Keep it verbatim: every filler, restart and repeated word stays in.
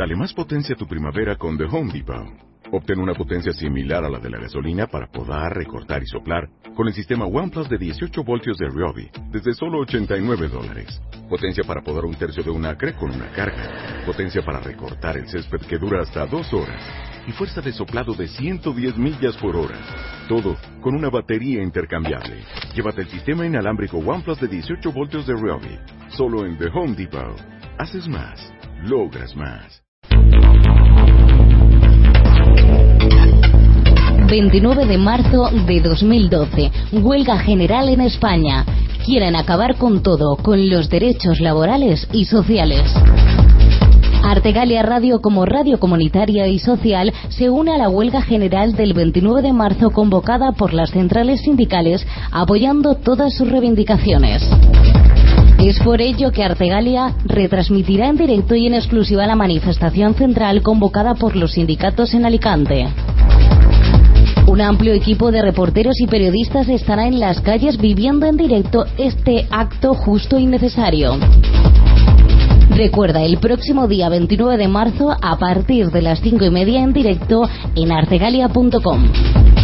Dale más potencia a tu primavera con The Home Depot. Obtén una potencia similar a la de la gasolina para podar, recortar y soplar con el sistema OnePlus de dieciocho voltios de Ryobi desde solo ochenta y nueve dólares. Potencia para podar un tercio de un acre con una carga. Potencia para recortar el césped que dura hasta dos horas. Y fuerza de soplado de ciento diez millas por hora. Todo con una batería intercambiable. Llévate el sistema inalámbrico OnePlus de dieciocho voltios de Ryobi. Solo en The Home Depot. Haces más. Logras más. veintinueve de marzo de dos mil doce. Huelga general en España. Quieren acabar con todo, con los derechos laborales y sociales. Artegalia Radio, como radio comunitaria y social, se une a la huelga general del veintinueve de marzo convocada por las centrales sindicales, apoyando todas sus reivindicaciones. Es por ello que Artegalia retransmitirá en directo y en exclusiva la manifestación central convocada por los sindicatos en Alicante. Un amplio equipo de reporteros y periodistas estará en las calles viviendo en directo este acto justo y necesario. Recuerda, el próximo día veintinueve de marzo a partir de las cinco y media en directo en artegalia punto com.